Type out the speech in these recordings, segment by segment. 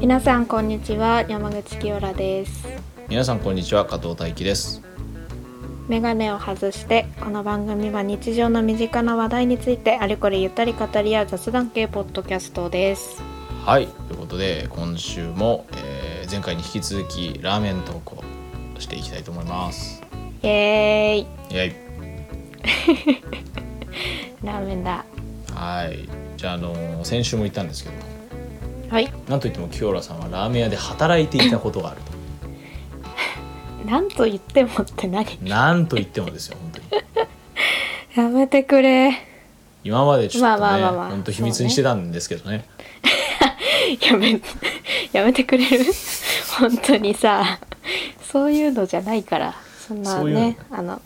皆さんこんにちは、山口清良です。 皆さんこんにちは、加藤大輝です。 メガネを外して、この番組は日常の身近な話題についてあれこれゆったり語り合う雑談系ポッドキャストです。 はい、ということで今週も、前回に引き続きラーメントークをしていきたいと思います。 イエーイイエイラーメンだ。 はい、じゃあ、先週も言ったんですけど、 はい。 なんといっても清良さんはラーメン屋で働いていたことがあると。 なんと言ってもって何？ なんと言ってもですよ、本当にやめてくれ。 今までちょっとね、 まあ本当秘密にしてたんですけどね。 やめてくれる本当にさ、そういうのじゃないから。そんなそういうね、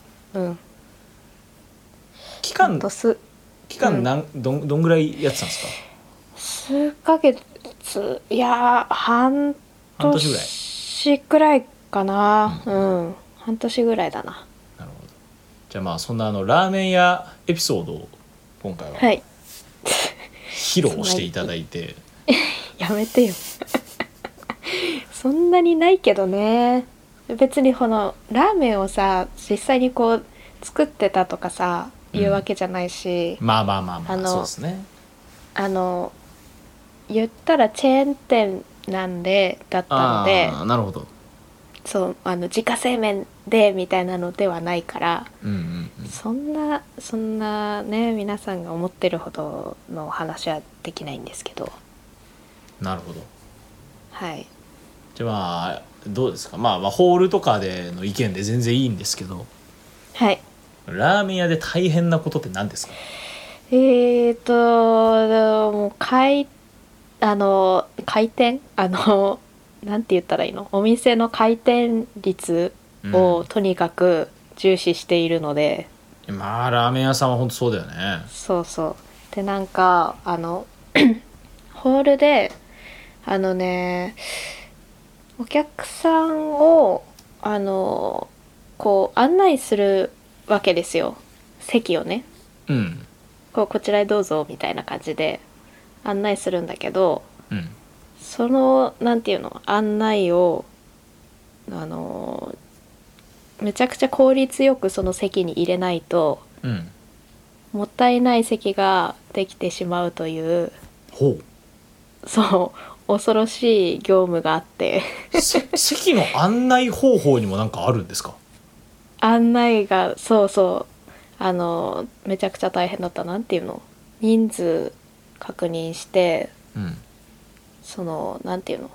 期間うんどんぐらいやってたんですか？ 数ヶ月、いや半半年ぐらい。 年くらいかな。半年ぐらいだな。 なるほど。じゃあまあそんなラーメン屋エピソードを今回ははい披露していただいて、 やめてよそんなにないけどね。別にこのラーメンをさ、実際にこう作ってたとかさ、いうわけじゃないし、 まあそうですね。 言ったらチェーン店だったので、 なるほど。 そう自家製麺でみたいなのではないから、そんなね、皆さんが思ってるほどの話はできないんですけど。 なるほど。 はい。 じゃあまあどうですか。まあホールとかでの意見で全然いいんですけど、 はい。 ラーメン屋で大変なことって何ですか？ もう開店なんて言ったらいいの、お店の回転率をとにかく重視しているので、 まあラーメン屋さんは本当そうだよね。 そうそう。でなんかホールでお客さんをこう案内するわけですよ。席をね、こちらへどうぞみたいな感じで案内するんだけど、そのなんていうの、案内をめちゃくちゃ効率よくその席に入れないと、もったいない席ができてしまうという、そう恐ろしい業務があって席の案内方法にもなんかあるんですか？ 案内がめちゃくちゃ大変だった。なんていうの、人数確認して、なんていうの、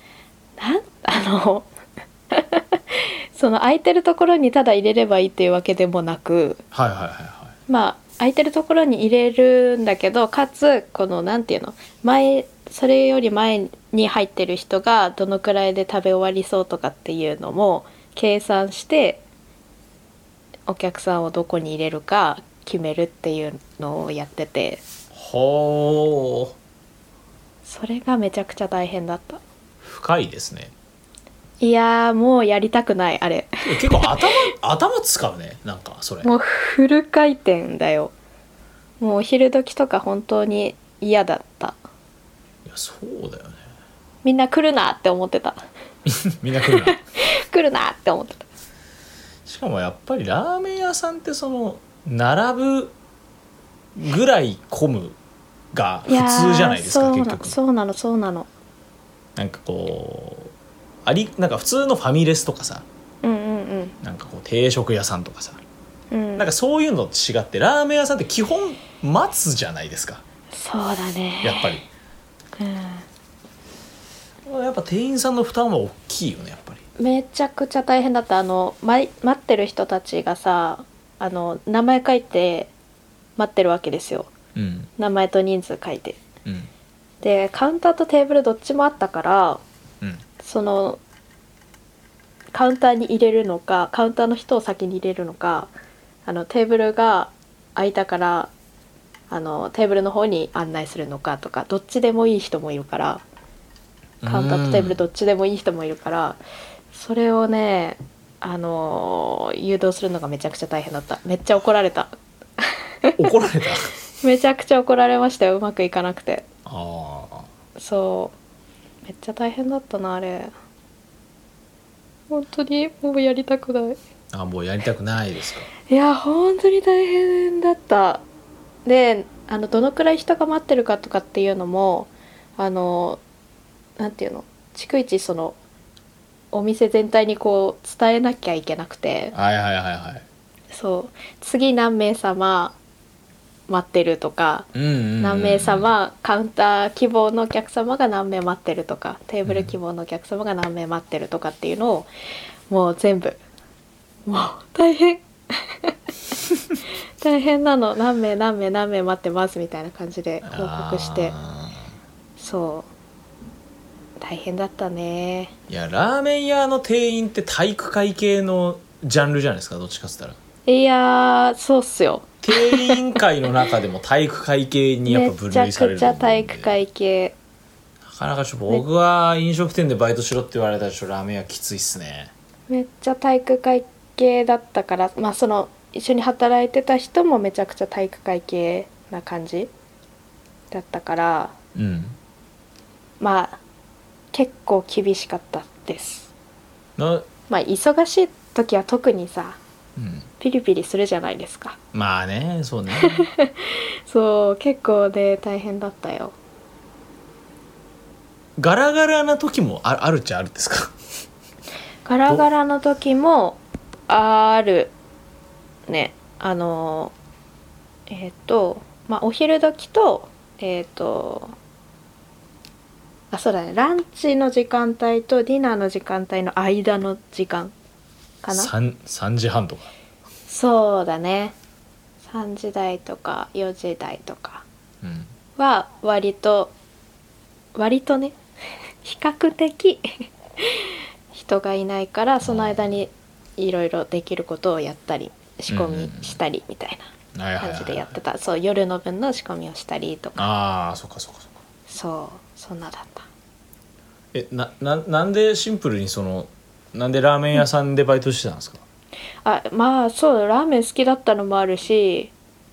その空いてるところにただ入れればいいっていうわけでもなく、まあ空いてるところに入れるんだけど、かつこのなんていうの、それより前に入ってる人がどのくらいで食べ終わりそうとかっていうのも計算して、お客さんをどこに入れるか決めるっていうのをやってて、それがめちゃくちゃ大変だった。 深いですね。 いやもうやりたくない、あれ結構頭使うね、なんかそれ。 もうフル回転だよ。もうお昼時とか本当に嫌だった。 いやそうだよね。 みんな来るなって思ってたみんな来るな来るなって思ってた。 しかもやっぱりラーメン屋さんって並ぶぐらい混むが普通じゃないですか。結局そうなの。 なんかこうなんか普通のファミレスとかさ、なんかこう定食屋さんとかさ、なんかそういうのと違ってラーメン屋さんって基本待つじゃないですか。 そうだね、 やっぱり、やっぱ店員さんの負担は大きいよね、やっぱり。 めちゃくちゃ大変だった。待ってる人たちがさ、名前書いて待ってるわけですよ、名前と人数書いて、でカウンターとテーブルどっちもあったから、そのカウンターに入れるのか、カウンターの人を先に入れるのか、テーブルが空いたからテーブルの方に案内するのかとか、どっちでもいい人もいるから、カウンターとテーブルどっちでもいい人もいるから、それをね誘導するのがめちゃくちゃ大変だった。めっちゃ怒られた怒られためちゃくちゃ怒られましたよ、うまくいかなくて。 あそうめっちゃ大変だったなあれ。本当にもうやりたくない。 あ、もうやりたくないですか。 いや本当に大変だった。でどのくらい人が待ってるかとかっていうのもなんていうの、逐一そのお店全体にこう伝えなきゃいけなくて、 はいはいはいはい。 そう次何名様待ってるとか、何名様カウンター希望のお客様が何名待ってるとか、テーブル希望のお客様が何名待ってるとかっていうのをもう全部、もう大変大変なの。何名何名何名待ってますみたいな感じで報告して、そう大変だったね。 いやラーメン屋の店員って体育会系のジャンルじゃないですか、どっちかっつったら。 いやそうっすよ。 店員会の中でも体育会系にやっぱ分類される。 めちゃくちゃ体育会系。 なかなかちょっと僕は飲食店でバイトしろって言われたらちょっとラーメン屋きついっすね。 めっちゃ体育会系だったから、まあその一緒に働いてた人もめちゃくちゃ体育会系な感じだったから、まあ結構厳しかったです。まあ忙しい時は特にさ、ピリピリするじゃないですか。 まあね、そうねそう結構ね大変だったよ。 ガラガラな時もあるっちゃあるんですか？ ガラガラの時もあるね。まあお昼時とそうだね、ランチの時間帯とディナーの時間帯の間の時間かな。 3時半とか。 そうだね、3時台とか4時台とかは割とね比較的人がいないから、その間にいろいろできることをやったり仕込みしたりみたいな感じでやってた。そう夜の分の仕込みをしたりとか。 ああ、そっかそっかそっか。 そんなだった。 なんでシンプルになんでラーメン屋さんでバイトしてたんですか？ まあそうラーメン好きだったのもあるし、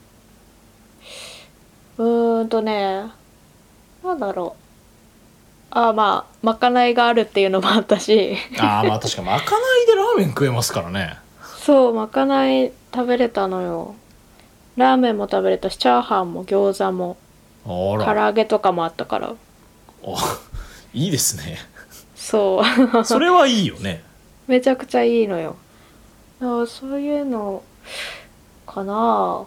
なんだろう、まあまかないがあるっていうのもあったしまあ確かまかないでラーメン食えますからね。 そうまかない食べれたのよ。ラーメンも食べれたし、チャーハンも餃子も唐揚げとかもあったから。 いいですね。 そうそれはいいよね。 めちゃくちゃいいのよ。そういうのかな。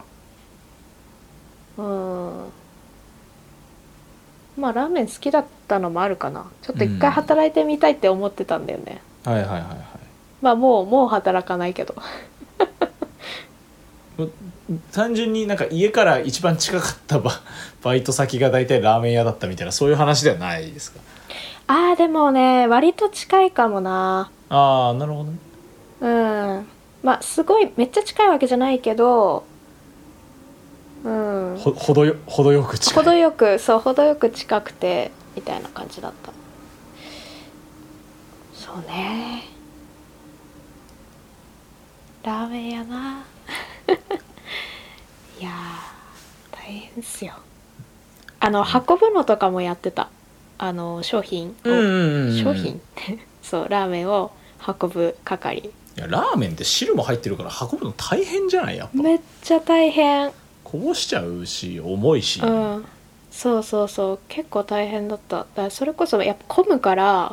まあラーメン好きだったのもあるかな。ちょっと一回働いてみたいって思ってたんだよね。 はいはいはいはい。 まあもう働かないけど単純になんか家から一番近かったバイト先が大体ラーメン屋だったみたいな、そういう話ではないですか？ でもね割と近いかもな。 なるほどね。 まあすごいめっちゃ近いわけじゃないけど、 程よく近い。 程よく近くてみたいな感じだった。そうね、ラーメン屋ないや大変っすよ。運ぶのとかもやってた。商品そうラーメンを運ぶ係。 いやラーメンって汁も入ってるから運ぶの大変じゃない？やっぱめっちゃ大変。 こぼしちゃうし重いし。 そう結構大変だった。だからそれこそやっぱ混むから、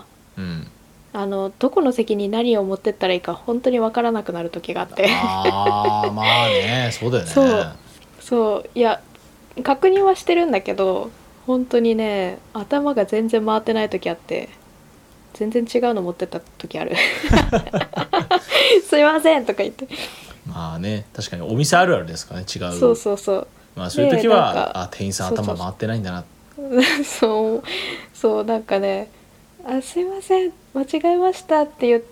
どこの席に何を持ってったらいいか本当に分からなくなる時があってまあね、そうだよね。 そういや確認はしてるんだけど、本当にね頭が全然回ってない時あって、全然違うの持ってった時あるすいませんとか言って。 まあね、確かにお店あるあるですかね、違う。 そうまあそういう時は店員さん頭回ってないんだな。 そうなんかね、すいません間違えましたって言って、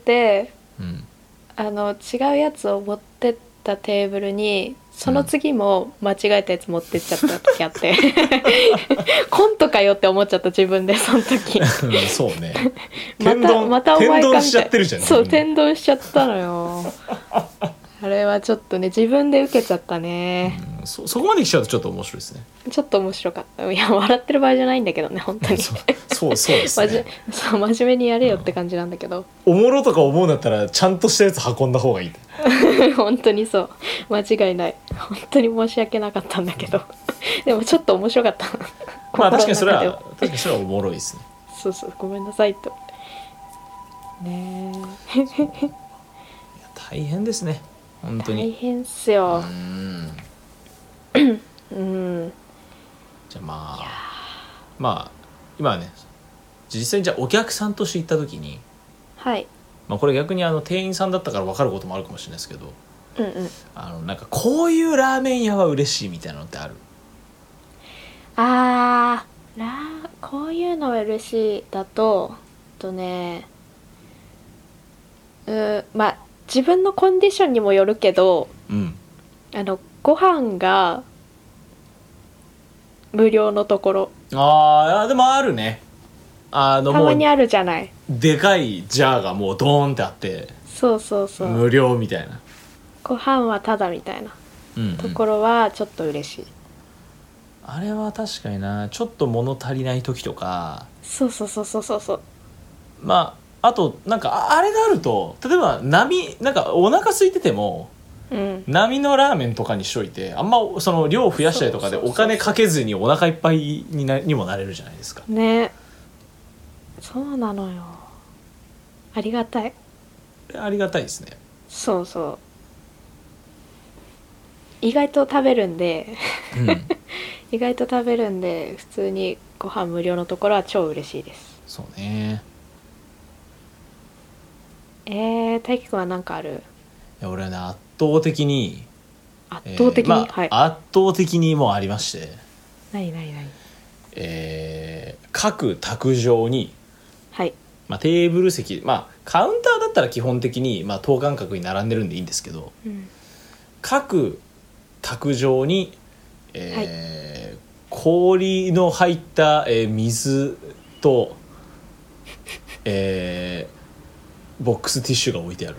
違うやつを持ってったテーブルにその次も間違えたやつ持ってっちゃった時あってコントかよって思っちゃった自分でその時そうねまたお前かみたいな。 天丼しちゃってるじゃん。 そう天丼しちゃったのよあれはちょっとね自分で受けちゃったね、 そこまで来ちゃうとちょっと面白いですね。 ちょっと面白かった。いや笑ってる場合じゃないんだけどね本当にそうですねそう真面目にやれよって感じなんだけど、 おもろとか思うんだったらちゃんとしたやつ運んだ方がいい本当にそう間違いない。本当に申し訳なかったんだけどでもちょっと面白かったまあ確かにそれはおもろいですね。 そうごめんなさいとねえ大変ですね本当に。 大変っすよ。 うんじゃあまあ今はね実際にじゃあお客さんとして行った時に、 はい、 まあ、これ逆に店員さんだったから分かることもあるかもしれないですけど、なんかこういうラーメン屋は嬉しいみたいなのってある？ こういうのは嬉しいだとね、まあ自分のコンディションにもよるけど、ご飯が無料のところ。 でもあるね。 たまにあるじゃない。 でかいジャーがもうドーンってあってそう無料みたいな、 ご飯はタダみたいなところはちょっと嬉しい。 あれは確かにな。ちょっと物足りない時とか。 そうまああとなんかあれがあると例えばなんかお腹空いてても、波のラーメンとかにしといてあんまその量増やしたりとかでお金かけずにお腹いっぱいにもなれるじゃないですかね。そうなのよ。ありがたい。 ありがたいですね。 そう意外と食べるんで、意外と食べるんで普通にご飯無料のところは超嬉しいです。 そうね。 大輝くんは何かある？ いや俺はね圧倒的にはい、 圧倒的にもうありまして、 何各卓上に、 はい、 テーブル席、カウンターだったら基本的に、等間隔に並んでるんでいいんですけど、各卓上に、氷の入った、水と、ボックスティッシュが置いてある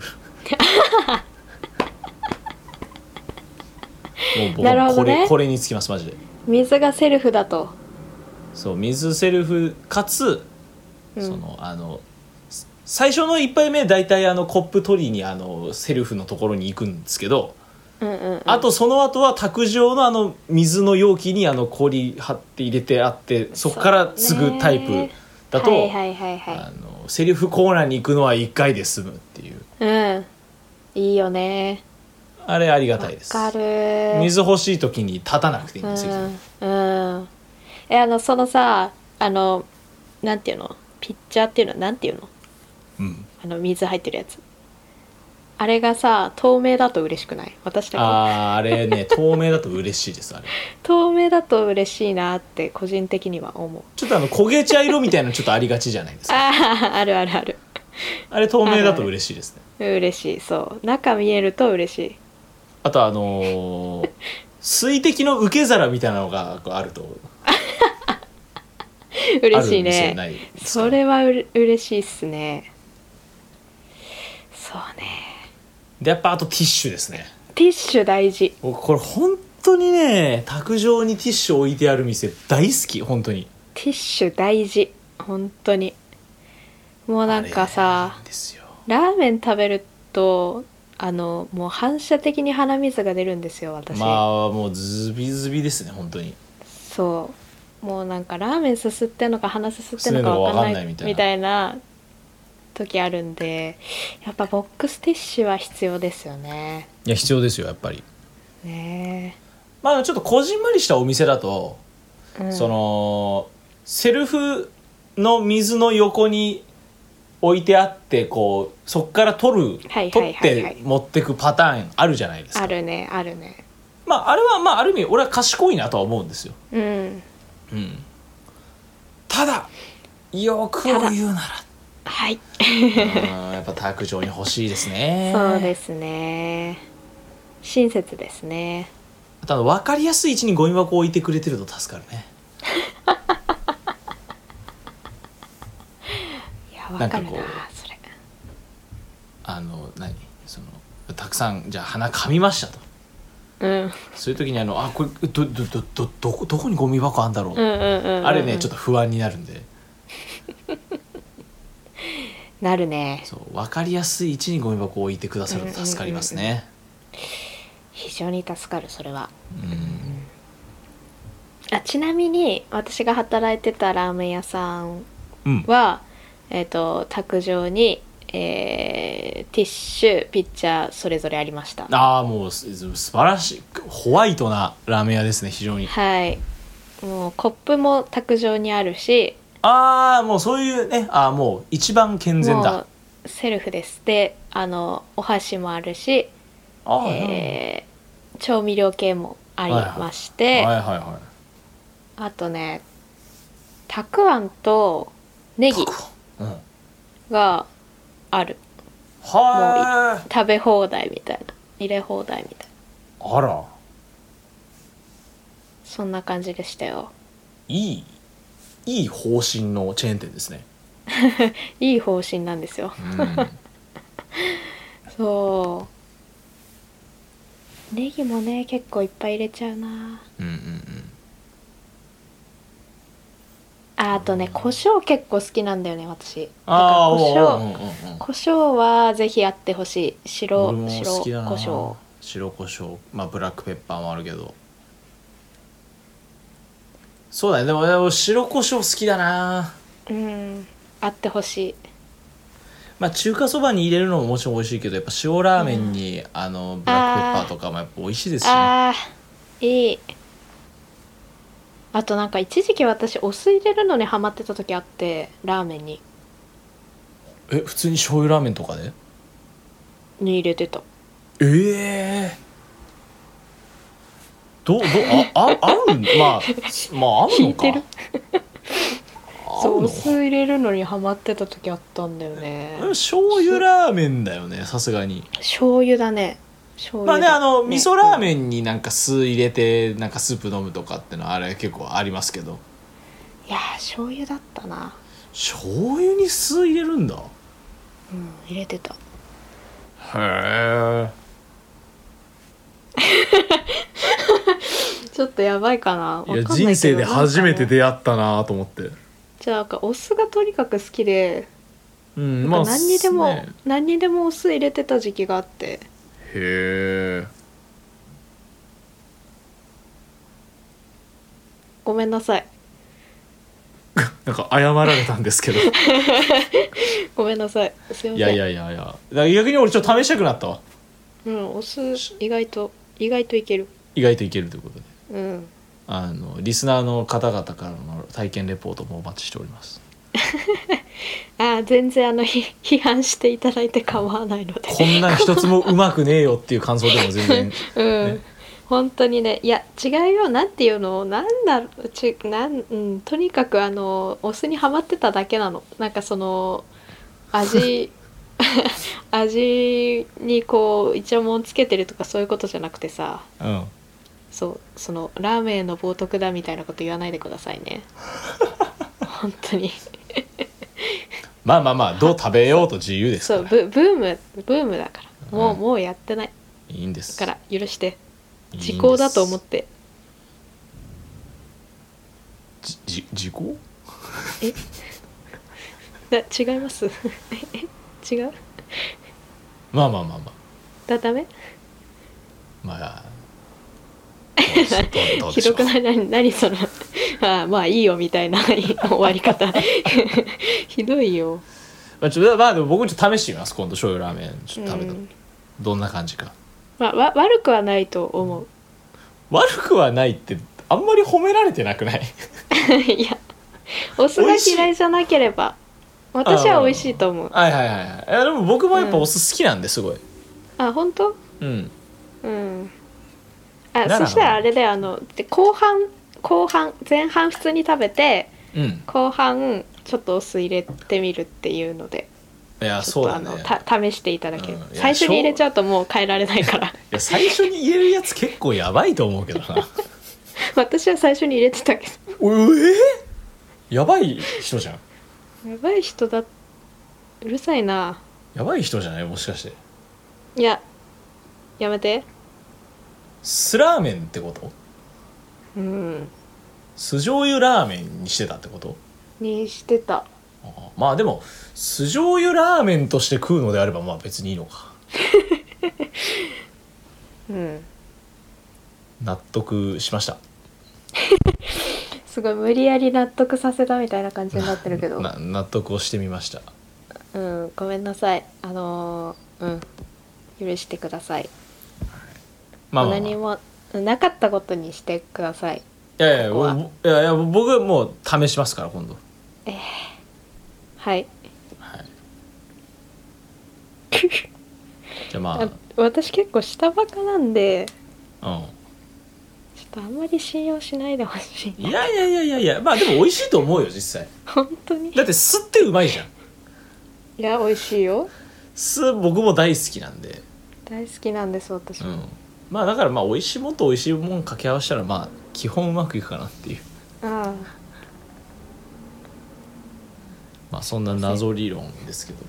もう僕なるほどね、 これにつきますマジで。 水がセルフだと。 そう水セルフかつ、最初の1杯目大体コップ取りにセルフのところに行くんですけど、あとその後は卓上の水の容器に氷張って入れてあってそこから継ぐタイプだと、セルフコーナーに行くのは1回で済むっていう。 いいよね。 あれありがたいです。 わかる。 水欲しい時に立たなくていいんですよ。 そのさなんていうのピッチャーっていうのなんていうの、水入ってるやつ、あれがさ透明だと嬉しくない？私だけ。 あれね透明だと嬉しいですあれ透明だと嬉しいなって個人的には思う。 ちょっと焦げ茶色みたいなのちょっとありがちじゃないですかあるあれ透明だと嬉しいですね。 嬉しい。そう中見えると嬉しい。 あと水滴の受け皿みたいなのがあると嬉しいね。それは嬉しいっすね。そうね。 でやっぱあとティッシュですね。 ティッシュ大事。 これ本当にね卓上にティッシュ置いてある店大好き本当に。 ティッシュ大事本当に。もうなんかさラーメン食べるともう反射的に鼻水が出るんですよ私。 もうズビズビですね本当に。 そうもうなんかラーメンすすってんのか鼻すすってんのか分かんないみたいな時あるんで、やっぱボックスティッシュは必要ですよね。 いや必要ですよやっぱりね。 ちょっとこじんまりしたお店だと、そのセルフの水の横に置いてあってそっから取って持ってくパターンあるじゃないですか。 あるね。 あれはある意味俺は賢いなとは思うんですよ。ただ欲を言うならはいやっぱ卓上に欲しいですね。 そうですね。親切ですね。 あと分かりやすい位置にゴミ箱を置いてくれてると助かるねいや分かるなそれ。 たくさんじゃあ鼻噛みましたと、 うん、 そういう時にこれどこにゴミ箱あんだろう、あれねちょっと不安になるんでなるね。 そう分かりやすい位置にゴミ箱を置いてくださると助かりますね、 非常に助かるそれは。ちなみに私が働いてたラーメン屋さんは、卓上に、ティッシュピッチャーそれぞれありました。 もう素晴らしいホワイトなラーメン屋ですね非常に。 はい、もうコップも卓上にあるし、 もうそういうね、もう一番健全だ。もうセルフです。でお箸もあるし、調味料系もありまして、あとねたくあんとネギがある、もう食べ放題みたいな、入れ放題みたいな。 あら、 そんな感じでしたよ。 いい方針のチェーン店ですねいい方針なんですよ、そうネギもね結構いっぱい入れちゃうな。あとね胡椒結構好きなんだよね私。だから胡椒はぜひあってほしい。白胡椒、 白胡椒、ブラックペッパーもあるけど、そうだね。でも白胡椒好きだな。 あってほしい。 中華そばに入れるのももちろん美味しいけど、やっぱ塩ラーメンに、ブラックペッパーとかもやっぱ美味しいですしね。 いい。あとなんか一時期私お酢入れるのにハマってた時あって、ラーメンに普通に醤油ラーメンとかでに入れてた。 合うあるのかそうお酢入れるのにハマってた時あったんだよね。 醤油ラーメンだよね、さすがに。 醤油だね。 味噌ラーメンになんか酢入れてなんかスープ飲むとかってのはあれ結構ありますけど、 いや醤油だったな。 醤油に酢入れるんだ。 入れてた。 へえちょっとやばいかな。 いや人生で初めて出会ったなと思って。 じゃあお酢がとにかく好きで、何にでもお酢入れてた時期があって。 へえ。 ごめんなさいなんか謝られたんですけどごめんなさい、すいません。 いや逆に俺ちょっと試したくなったわ。 お酢意外といける。 意外といけるということで、リスナーの方々からの体験レポートもお待ちしております全然批判していただいて構わないのでこんなん一つもうまくねえよっていう感想でも全然、 本当にね。いや違うよ、なんていうの、なんだろう、とにかくお酢にハマってただけなの。なんかその味味にこうイチャモンつけてるとかそういうことじゃなくてさ、そのラーメンの冒涜だみたいなこと言わないでくださいね本当にどう食べようと自由ですから。 そうブームだから、もうやってない。 いいんです。 だから許して。時効だと思って。 時効？ 違います違う？ダメ？ひどくない？何そのいいよみたいな終わり方ひどいよ。 でも僕ちょっと試してみます。今度醤油ラーメンちょっと食べた、どんな感じか。 悪くはないと思う。 悪くはないってあんまり褒められてなくないいやお酢が嫌いじゃなければ私は美味しいと思う。 でも僕もやっぱお酢好きなんですごい。 本当？そしたらあれだよ、後半前半普通に食べて、後半ちょっとお酢入れてみるっていうので、 そうだね、 試していただける。最初に入れちゃうともう変えられないから最初に入れるやつ結構やばいと思うけどな私は最初に入れてたけどやばい人じゃん。 やばい人だ。うるさいな。 やばい人じゃないもしかして。 いややめて。 酢ラーメンってこと？ うん。 酢醤油ラーメンにしてたってこと？ にしてた。 まあでも酢醤油ラーメンとして食うのであればまあ別にいいのか。 うん。 納得しました。 すごい無理やり納得させたみたいな感じになってるけど。 納得をしてみました。 うん、ごめんなさい。許してください。まあまあまあ、何もなかったことにしてください。 いやいや僕はもう試しますから今度。 はい。 はい。じゃあまあ私結構下バカなんで、 うん。 ちょっとあんまり信用しないでほしい。 いやまあでも美味しいと思うよ実際。 本当に。 だって酢ってうまいじゃん。 いや美味しいよ。 酢僕も大好きなんで。 大好きなんです私も。うん、 まあだからまあ美味しいもんと美味しいもん掛け合わせたらまあ基本うまくいくかなっていう。ああ。まあそんな謎理論ですけど。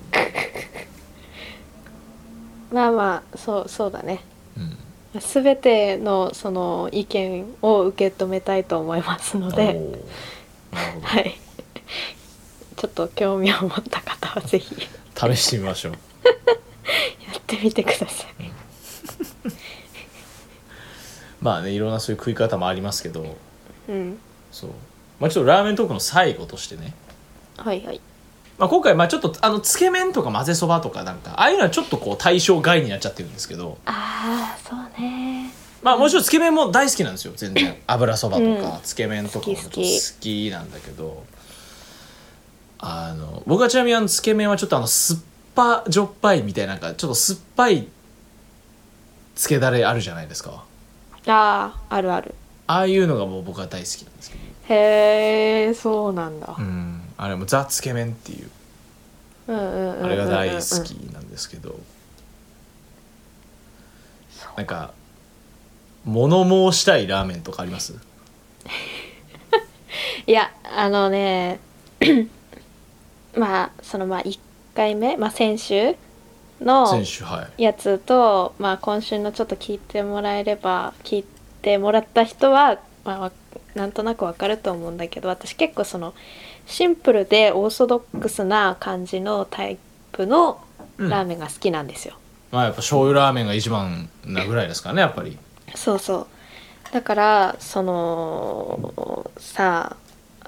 まあまあそうだね。うん。全てのその意見を受け止めたいと思いますので。なるほど。はい。ちょっと興味を持った方はぜひ試してみましょう。 やってみてください。 まあねいろんなそういう食い方もありますけど、そう、まあ、ちょっとラーメントークの最後としてね、 はいはい、 まあ、今回まあちょっとつけ麺とか混ぜそばとかなんかああいうのはちょっとこう対象外になっちゃってるんですけど、 ああそうね、 まあもちろんつけ麺も大好きなんですよ全然。油そばとかつけ麺とかもちょっと好きなんだけど、僕はちなみにつけ麺はちょっと酸っぱじょっぱいみたいな、なんかちょっと酸っぱいつけだれあるじゃないですか。 あるある。 ああいうのがもう僕は大好きなんですけど。 へえ、そうなんだ。 あれもザつけ麺っていう、あれが大好きなんですけど、なんか物申したいラーメンとかあります？ いやまあ1回目、先週のやつと、今週のちょっと聞いてもらった人は、なんとなくわかると思うんだけど、私結構そのシンプルでオーソドックスな感じのタイプのラーメンが好きなんですよ。 やっぱ醤油ラーメンが一番なぐらいですからねやっぱり。 そうだからさ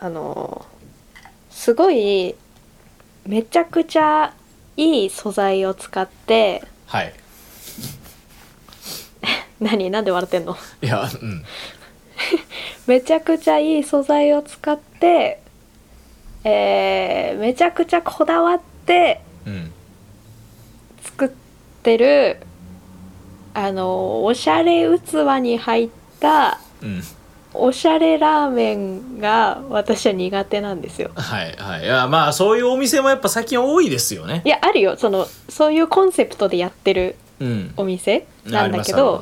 すごいめちゃくちゃいい素材を使って、 はい。 なんで笑ってんの？ いや、 めちゃくちゃいい素材を使って、めちゃくちゃこだわって作ってる、おしゃれ器に入った、おしゃれラーメンが私は苦手なんですよ。 はいはい。いやまあそういうお店もやっぱ最近多いですよね。 いやあるよ、そういうコンセプトでやってるお店なんだけど、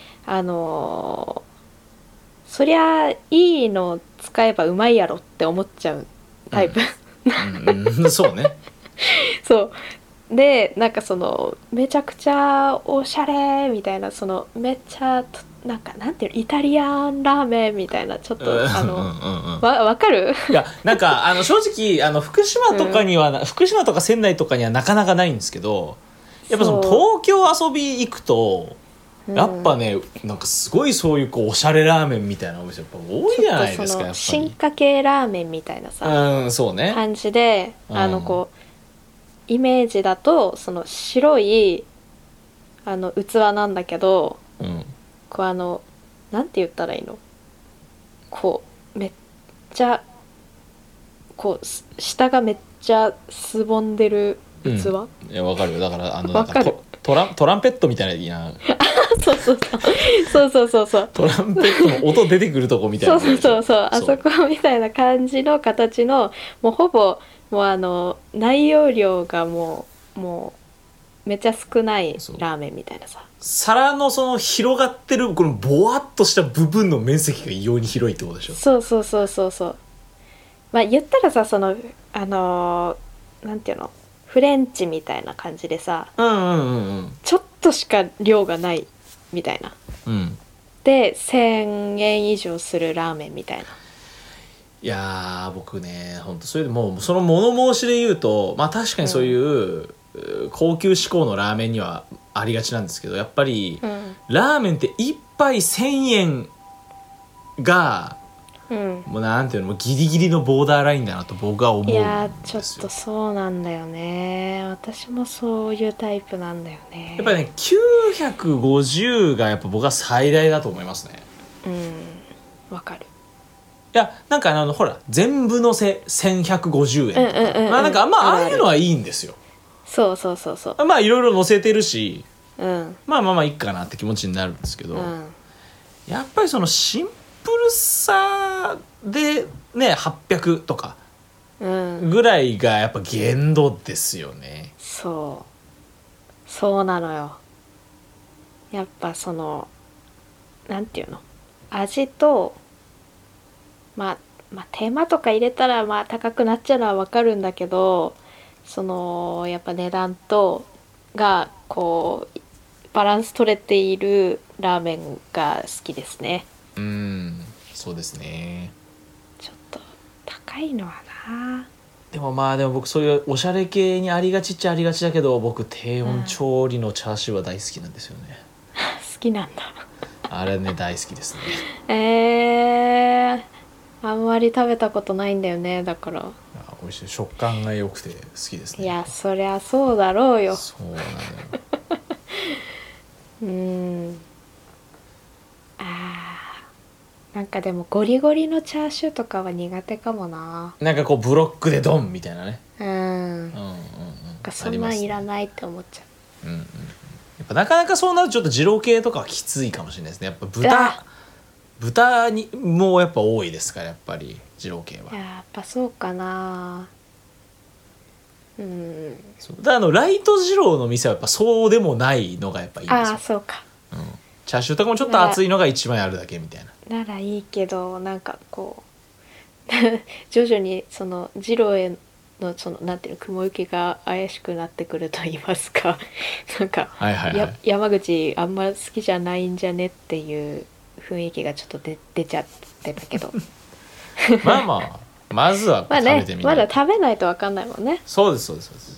そりゃいいの使えばうまいやろって思っちゃうタイプ、 そうね。 そうで、なんかめちゃくちゃおしゃれみたいな、めっちゃなんていうの、イタリアンラーメンみたいな、ちょっとわかる？ いやなんか正直福島とかには、福島とか仙台とかにはなかなかないんですけど、やっぱ東京遊び行くとやっぱね、なんかすごいそういうおしゃれラーメンみたいなお店やっぱ多いじゃないですか。やっぱり進化系ラーメンみたいなさ、 そうね、 感じで、イメージだと白い器なんだけど、なんて言ったらいいの、めっちゃ下がめっちゃすぼんでる器、 いやわかるよ。だからなんかトランペットみたいなそうトランペットの音出てくるとこみたいなそうあそこみたいな感じの形の、もうほぼもう内容量がもうめっちゃ少ないラーメンみたいなさ、 皿の広がってるこのボワッとした部分の面積が異様に広いってことでしょ。 そう言ったらさ、なんていうの、フレンチみたいな感じでさ、ちょっとしか量がないみたいな、 うん、 で1000円以上するラーメンみたいな。 いや僕ね本当それでもうその物申しで言うとまあ確かにそういう、高級志向のラーメンにはありがちなんですけど、やっぱり、ラーメンって1杯1000円が、もうなんていうのもうギリギリのボーダーラインだなと僕は思うんですよ。 いやちょっとそうなんだよね。私もそういうタイプなんだよね。 やっぱりね950がやっぱ僕は最大だと思いますね。 わかる。 いやなんかほら全部のせ1150円とか、まあなんかああいうのはいいんですよ。 そうそうそうそう。 まあいろいろ載せてるし、まあまあまあいいかなって気持ちになるんですけど、やっぱりそのシンプルさでね800とかぐらいがやっぱ限度ですよね。 そうなのよ。やっぱそのなんていうの、味とまあ手間とか入れたらまあ高くなっちゃうのはわかるんだけど、そのやっぱ値段とがこうバランス取れているラーメンが好きですね。 そうですね。 ちょっと高いのはな。 でも僕そういうおしゃれ系にありがちっちゃありがちだけど、僕低温調理のチャーシューは大好きなんですよね。 好きなんだ。 あれね大好きですね。 あんまり食べたことないんだよね。だから美味しい、食感が良くて好きですね。 いやそりゃそうだろうよ。 そうなのよ。 なんかでもゴリゴリのチャーシューとかは苦手かもな。 なんかこうブロックでドンみたいなね。 なんかそんなんいらないって思っちゃう。 やっぱなかなかそうなるとちょっと二郎系とかはきついかもしれないですね。やっぱ豚にもやっぱ多いですからやっぱり二郎系は。 やっぱそうかな。 だライト二郎の店はやっぱそうでもないのがやっぱいいんですよ。 そうか。 チャーシューとかもちょっと厚いのが一枚あるだけみたいな。ならいいけどなんかこう徐々にその二郎へのそのなんていうの雲行きが怪しくなってくると言いますかなんか、山口あんま好きじゃないんじゃねっていう雰囲気がちょっと出ちゃってたけどまずは食べてみないと。 まだ食べないと分かんないもんね。 そうです。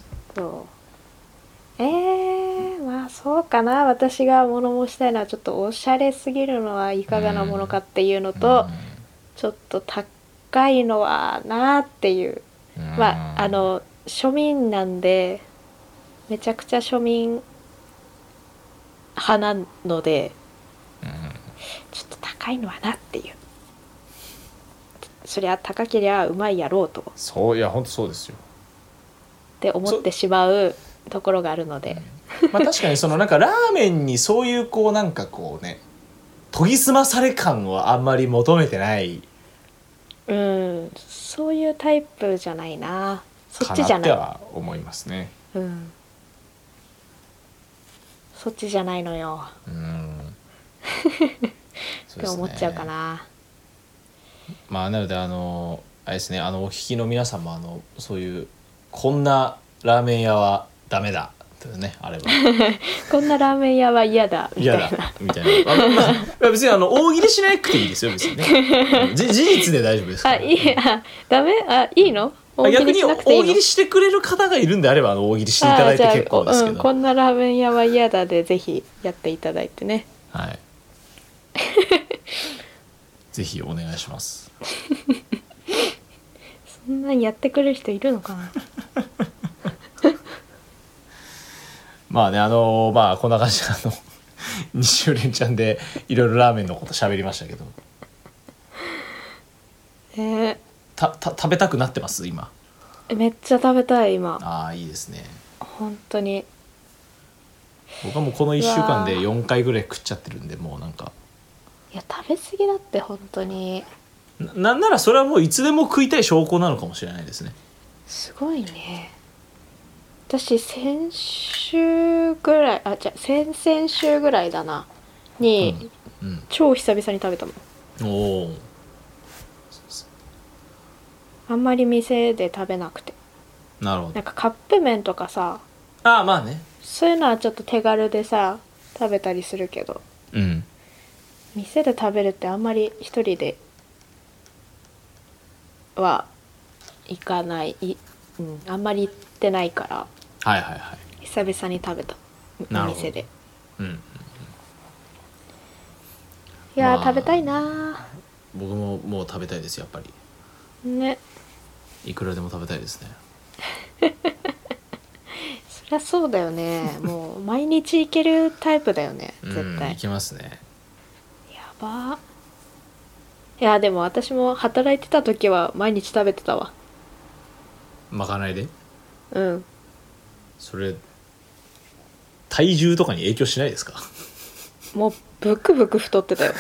まあそうかな。私が物申したいのはちょっとおしゃれすぎるのはいかがなものかっていうのと、ちょっと高いのはなっていう。まあ庶民なんでめちゃくちゃ庶民派なので、ちょっと高いのはなっていう。そりゃ高けりゃうまいやろうと。 そういや本当そうですよ。 って思ってしまうところがあるので。 まあ確かにそのなんかラーメンにそういうこうなんかこうね研ぎ澄まされ感はあんまり求めてないそういうタイプじゃないな。そっちじゃないかなっては思いますね。 そっちじゃないのよって思っちゃうかな。 まあなのであれですね、お聞きの皆さんもそういうこんなラーメン屋はダメだねあればこんなラーメン屋は嫌だみたいな別に大喜利しなくていいですよ別にね事実で大丈夫ですから。 ダメいいの。 逆に大喜利してくれる方がいるんであれば大喜利していただいて結構ですけど、 こんなラーメン屋は嫌だでぜひやっていただいてね。 はいぜひお願いしますそんなにやってくれる人いるのかなまあねまあこんな感じで2週連チャンでいろいろラーメンのこと喋りましたけど食べたくなってます今。 めっちゃ食べたい今。 いいですね。 本当に僕はもうこの1週間で4回ぐらい食っちゃってるんでもうなんかいや食べ過ぎだって本当に。 なんならそれはもういつでも食いたい証拠なのかもしれないですね。 すごいね。私先週ぐらい先々週ぐらいだなに、超久々に食べたもん。あんまり店で食べなくて。 なるほど。 なんかカップ麺とかさまあねそういうのはちょっと手軽でさ食べたりするけど、 うん、 店で食べるってあんまり一人では行かない、あんまり行ってないから、 はいはいはい、 久々に食べたお店で。うん、いや、食べたいな。 僕ももう食べたいですやっぱりね。 いくらでも食べたいですね。 そりゃそうだよね。もう毎日行けるタイプだよね絶対。 行きますね。 やば。いやでも私も働いてた時は毎日食べてたわ。 まかないで。 うん。 それ体重とかに影響しないですか？ もうブクブク太ってたよ。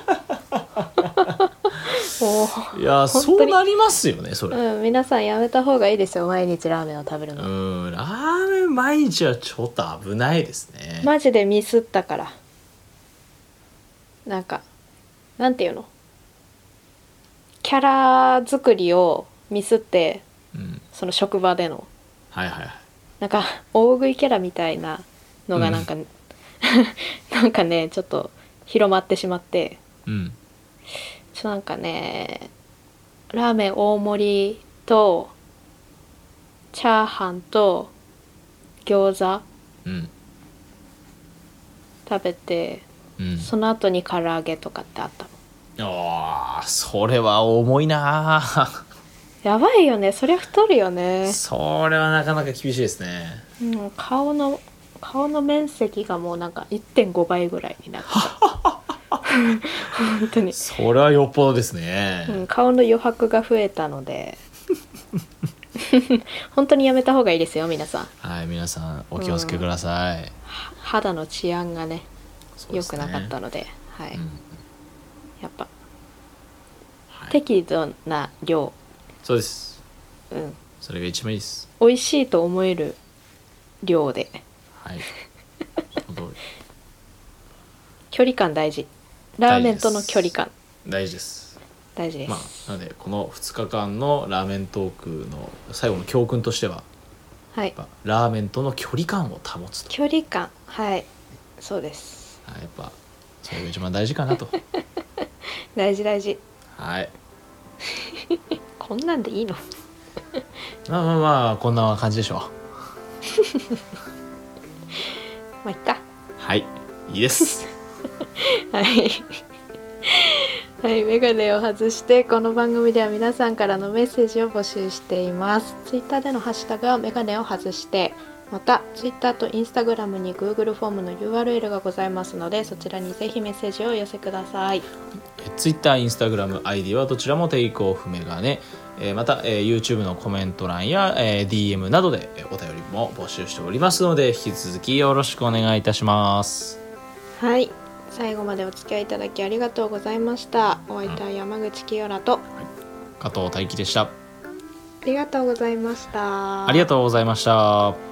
もういやそうなりますよねそれ。 皆さんやめた方がいいですよ毎日ラーメンを食べるの。 ラーメン毎日はちょっと危ないですね。 マジでミスったから。なんかなんていうの、キャラ作りをミスって、その職場での、 はいはいはい、 なんか大食いキャラみたいなのがなんか、なんかねちょっと広まってしまって、なんかねラーメン大盛りとチャーハンと餃子、食べて、その後に唐揚げとかってあったの。 ああそれは重いな。 やばいよね、そりゃ太るよね。 それはなかなか厳しいですね。 顔の面積がもうなんか 1.5 倍ぐらいになってた。本当にそれはよっぽどですね。 顔の余白が増えたので本当にやめた方がいいですよ皆さん。 はい、皆さんお気をつけください。 肌の治安がね良くなかったので、はい、やっぱ、適度な量。 そうです。それが一番いいです。 美味しいと思える量で。はい。距離感大事。ラーメンとの距離感大事です。 大事です。 なのでこの2日間のラーメントークの最後の教訓としては、 はい、 ラーメンとの距離感を保つと。 距離感、はいそうです。 やっぱそれが一番大事かなと。 大事大事。 はい。 こんなんでいいの？ まあこんな感じでしょう。 まあいっか。 はい、いいです。 はいはい、メガネを外してこの番組では皆さんからのメッセージを募集しています。ツイッターでのハッシュタグはメガネを外して、またツイッターとインスタグラムに Google フォームの URL がございますので、そちらにぜひメッセージをお寄せください。 ツイッター、インスタグラム ID はどちらもテイクオフメガネ、また、YouTube のコメント欄や、DM などでお便りも募集しておりますので、引き続きよろしくお願いいたします。 はい、最後までお付き合いいただきありがとうございました。お相手は山口清良と、 加藤大輝でした。 ありがとうございました。 ありがとうございました。